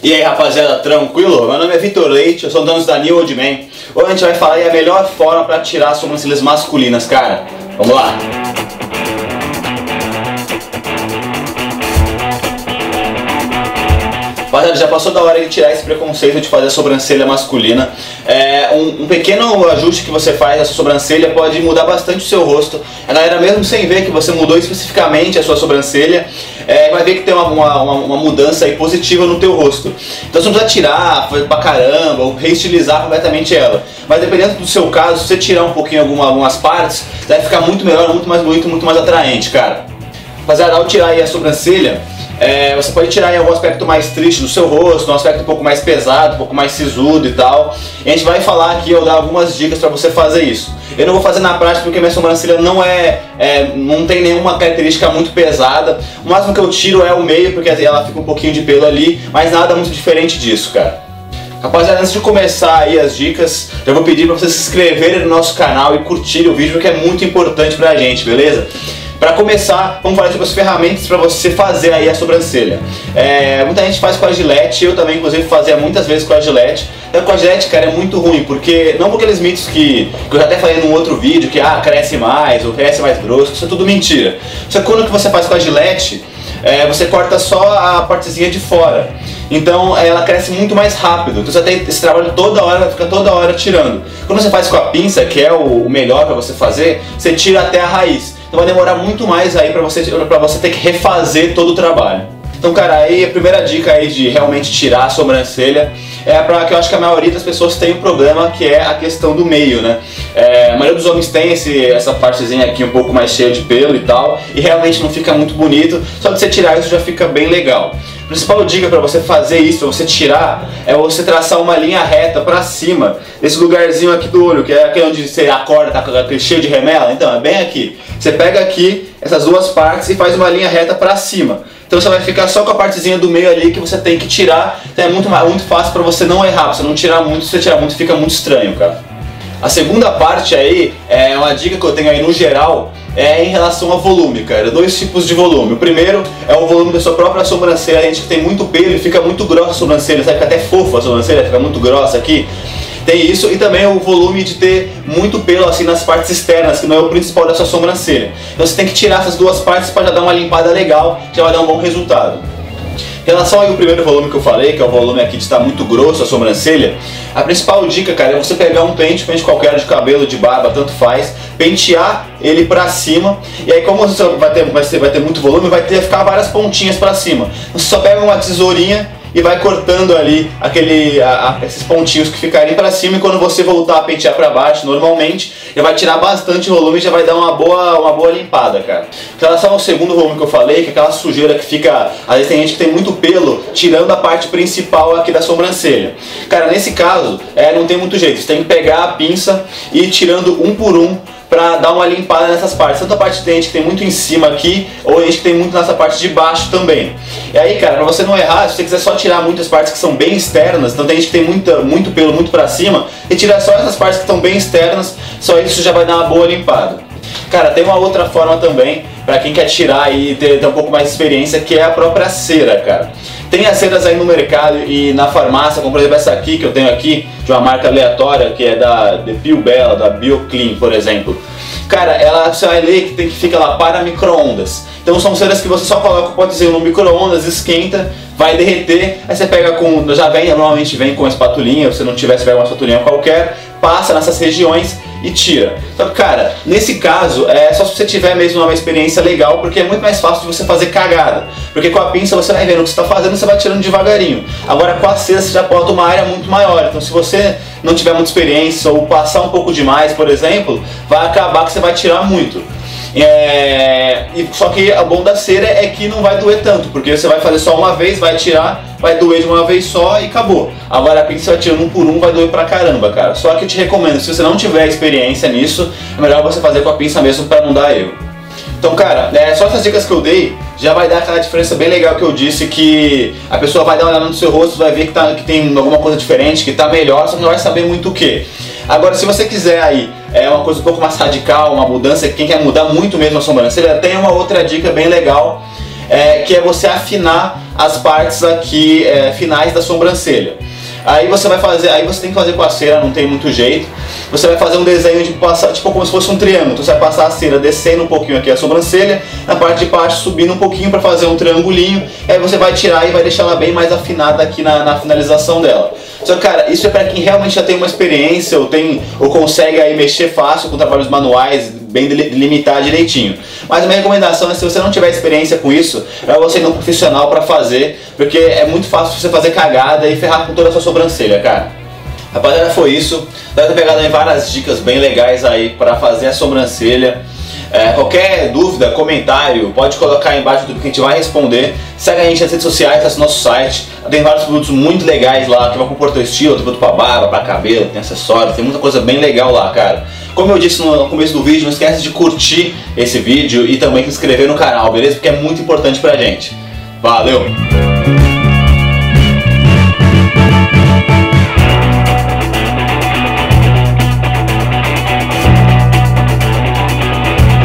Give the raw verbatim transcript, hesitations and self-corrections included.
E aí rapaziada, tranquilo? Meu nome é Vitor Leite, eu sou dono da New Old Man. Hoje a gente vai falar aí a melhor forma para tirar as sobrancelhas masculinas, cara. Vamos lá! Rapaziada, já passou da hora de tirar esse preconceito de fazer a sobrancelha masculina. É, um, um pequeno ajuste que você faz na sua sobrancelha pode mudar bastante o seu rosto. A galera, mesmo sem ver que você mudou especificamente a sua sobrancelha, é, vai ver que tem uma, uma, uma mudança aí positiva no teu rosto. Então você não precisa tirar pra caramba ou reestilizar completamente ela. Mas dependendo do seu caso, se você tirar um pouquinho alguma, algumas partes, vai ficar muito melhor, muito mais bonito, muito mais atraente, cara. Rapaziada, ao tirar aí a sobrancelha, É, você pode tirar em algum aspecto mais triste do seu rosto, um aspecto um pouco mais pesado, um pouco mais sisudo e tal. E a gente vai falar aqui, eu dar algumas dicas para você fazer isso. Eu não vou fazer na prática porque minha sobrancelha não é, é, não tem nenhuma característica muito pesada. O máximo que eu tiro é o meio, porque ela fica um pouquinho de pelo ali, mas nada muito diferente disso, cara. Rapaziada, antes de começar aí as dicas, eu vou pedir para vocês se inscreverem no nosso canal e curtirem o vídeo, que é muito importante pra gente, beleza? Para começar, vamos falar sobre as ferramentas para você fazer aí a sobrancelha. É, muita gente faz com a Gillette, eu também inclusive fazia muitas vezes com a Gillette. Então com a Gillette, cara, é muito ruim, porque não por aqueles mitos que, que eu já até falei num outro vídeo, que ah, cresce mais ou cresce mais grosso, isso é tudo mentira. Só que quando que você faz com a Gillette, é, você corta só a partezinha de fora. Então ela cresce muito mais rápido, então você tem esse trabalho toda hora, vai ficar toda hora tirando. Quando você faz com a pinça, que é o melhor para você fazer, você tira até a raiz. Então vai demorar muito mais aí pra você, pra você ter que refazer todo o trabalho. Então, cara, aí a primeira dica aí de realmente tirar a sobrancelha é pra que eu acho que a maioria das pessoas tem um problema, que é a questão do meio, né? É, a maioria dos homens tem esse, essa partezinha aqui um pouco mais cheia de pelo e tal, e realmente não fica muito bonito, só que você tirar isso já fica bem legal. A principal dica para você fazer isso, para você tirar, é você traçar uma linha reta para cima, desse lugarzinho aqui do olho, que é aquele onde você acorda, tá cheio de remela. Então é bem aqui. Você pega aqui essas duas partes e faz uma linha reta para cima. Então você vai ficar só com a partezinha do meio ali que você tem que tirar. Então é muito, muito fácil para você não errar, você não tirar muito. Se você tirar muito fica muito estranho, cara. A segunda parte aí, é uma dica que eu tenho aí no geral, é em relação ao volume, cara. Dois tipos de volume. O primeiro é o volume da sua própria sobrancelha. A gente que tem muito pelo e fica muito grossa a sobrancelha, sabe? Fica até fofa a sobrancelha, fica muito grossa aqui. Tem isso, e também o volume de ter muito pelo assim nas partes externas, que não é o principal da sua sobrancelha. Então você tem que tirar essas duas partes para já dar uma limpada legal, que já vai dar um bom resultado. Em relação ao primeiro volume que eu falei, que é o volume aqui de estar muito grosso a sobrancelha, a principal dica, cara, é você pegar um pente, pente qualquer de cabelo, de barba, tanto faz, pentear ele pra cima, e aí como você vai ter, vai ter, vai ter muito volume, vai ter ficar várias pontinhas pra cima. Você só pega uma tesourinha e vai cortando ali aquele, a, a, esses pontinhos que ficarem pra cima, e quando você voltar a pentear pra baixo, normalmente, já vai tirar bastante volume e já vai dar uma boa, uma boa limpada, cara. Em relação ao segundo volume que eu falei, que é aquela sujeira que fica, às vezes tem gente que tem muito pelo, tirando a parte principal aqui da sobrancelha. Cara, nesse caso, é, não tem muito jeito, você tem que pegar a pinça e ir tirando um por um, pra dar uma limpada nessas partes, tanto a parte de dente que tem muito em cima aqui, ou a gente que tem muito nessa parte de baixo também. E aí, cara, pra você não errar, se você quiser só tirar muitas partes que são bem externas, então tem gente que tem muita, muito pelo muito pra cima, e tirar só essas partes que estão bem externas, só isso já vai dar uma boa limpada. Cara, tem uma outra forma também, pra quem quer tirar e ter, ter um pouco mais de experiência, que é a própria cera, cara. Tem as ceras aí no mercado e na farmácia, como por exemplo essa aqui que eu tenho aqui, de uma marca aleatória, que é da The Peel Bella, da BioClean, por exemplo. Cara, ela, você vai ler que tem que ficar lá para micro-ondas. Então são ceras que você só coloca o potezinho no micro-ondas, esquenta, vai derreter, aí você pega com, já vem, normalmente vem com uma espatulinha, se não tiver, você pega uma espatulinha qualquer, passa nessas regiões e tira. Então, cara, nesse caso, é só se você tiver mesmo uma experiência legal, porque é muito mais fácil de você fazer cagada. Porque com a pinça você vai vendo o que você está fazendo, você vai tirando devagarinho. Agora com a cera você já pode uma área muito maior, então se você não tiver muita experiência ou passar um pouco demais, por exemplo, vai acabar que você vai tirar muito. É... E, só que o bom da cera é que não vai doer tanto, porque você vai fazer só uma vez, vai tirar, vai doer de uma vez só e acabou. Agora a pinça vai tirando um por um, vai doer pra caramba, cara. Só que eu te recomendo, se você não tiver experiência nisso, é melhor você fazer com a pinça mesmo pra não dar erro. Então, cara, é, só essas dicas que eu dei já vai dar aquela diferença bem legal que eu disse, que a pessoa vai dar uma olhada no seu rosto, vai ver que, tá, que tem alguma coisa diferente, que tá melhor, só que não vai saber muito o que. Agora, se você quiser aí é uma coisa um pouco mais radical, uma mudança, quem quer mudar muito mesmo a sobrancelha, tem uma outra dica bem legal, é, que é você afinar as partes aqui é, finais da sobrancelha. Aí você vai fazer, aí você tem que fazer com a cera, não tem muito jeito. Você vai fazer um desenho de passar, tipo como se fosse um triângulo. Então você vai passar a cera descendo um pouquinho aqui a sobrancelha, na parte de baixo subindo um pouquinho para fazer um triangulinho. Aí você vai tirar e vai deixar ela bem mais afinada aqui na, na finalização dela. Só que, cara, isso é para quem realmente já tem uma experiência ou tem ou consegue aí mexer fácil com trabalhos manuais, bem delimitar direitinho. Mas a minha recomendação é, se você não tiver experiência com isso, é você ir num profissional para fazer, porque é muito fácil você fazer cagada e ferrar com toda a sua sobrancelha, cara. Rapaziada, foi isso. Deve ter pegado aí várias dicas bem legais aí para fazer a sobrancelha. É, qualquer dúvida, comentário, pode colocar aí embaixo do que a gente vai responder. Segue a gente nas redes sociais, acesse nosso site. Tem vários produtos muito legais lá, que vai com Porto Estilo, tem produto pra barba, pra cabelo, tem acessórios, tem muita coisa bem legal lá, cara. Como eu disse no começo do vídeo, não esquece de curtir esse vídeo e também se inscrever no canal, beleza? Porque é muito importante pra gente. Valeu!